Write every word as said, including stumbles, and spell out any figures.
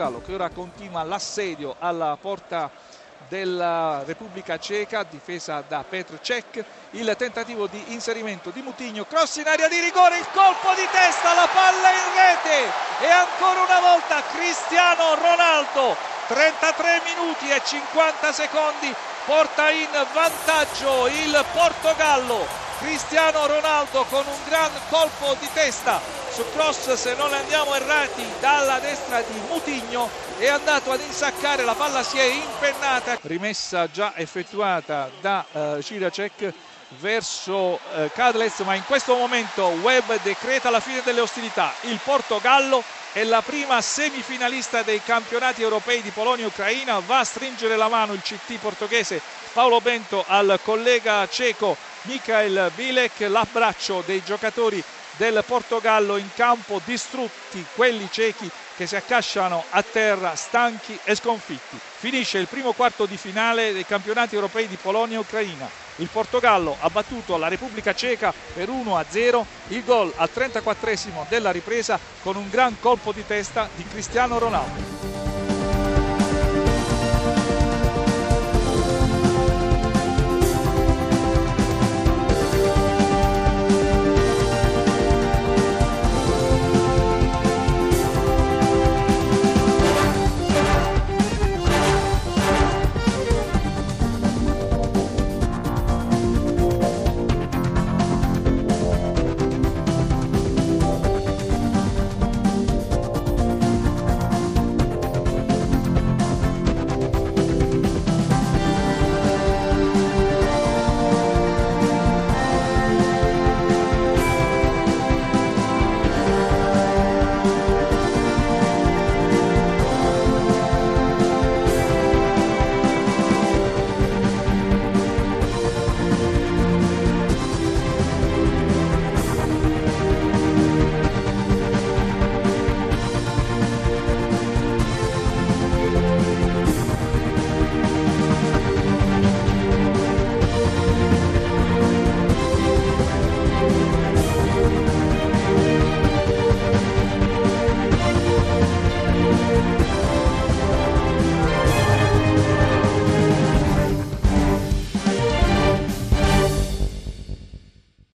Portogallo, che ora continua l'assedio alla porta della Repubblica Ceca, difesa da Petr Cech. Il tentativo di inserimento di Moutinho, cross in area di rigore, il colpo di testa, la palla in rete e ancora una volta Cristiano Ronaldo, trentatré minuti e cinquanta secondi, porta in vantaggio il Portogallo. Cristiano Ronaldo con un gran colpo di testa su cross, se non andiamo errati, dalla destra di Moutinho, è andato ad insaccare, la palla si è impennata, rimessa già effettuata da uh, Jiracek verso uh, Kadlec, ma in questo momento Webb decreta la fine delle ostilità. Il Portogallo è la prima semifinalista dei campionati europei di Polonia e Ucraina, va a stringere la mano il C T portoghese Paolo Bento al collega ceco Michael Bilek, l'abbraccio dei giocatori del Portogallo in campo, distrutti quelli cechi che si accasciano a terra stanchi e sconfitti. Finisce il primo quarto di finale dei campionati europei di Polonia e Ucraina. Il Portogallo ha battuto la Repubblica Ceca per uno a zero, il gol al trentaquattresimo della ripresa con un gran colpo di testa di Cristiano Ronaldo.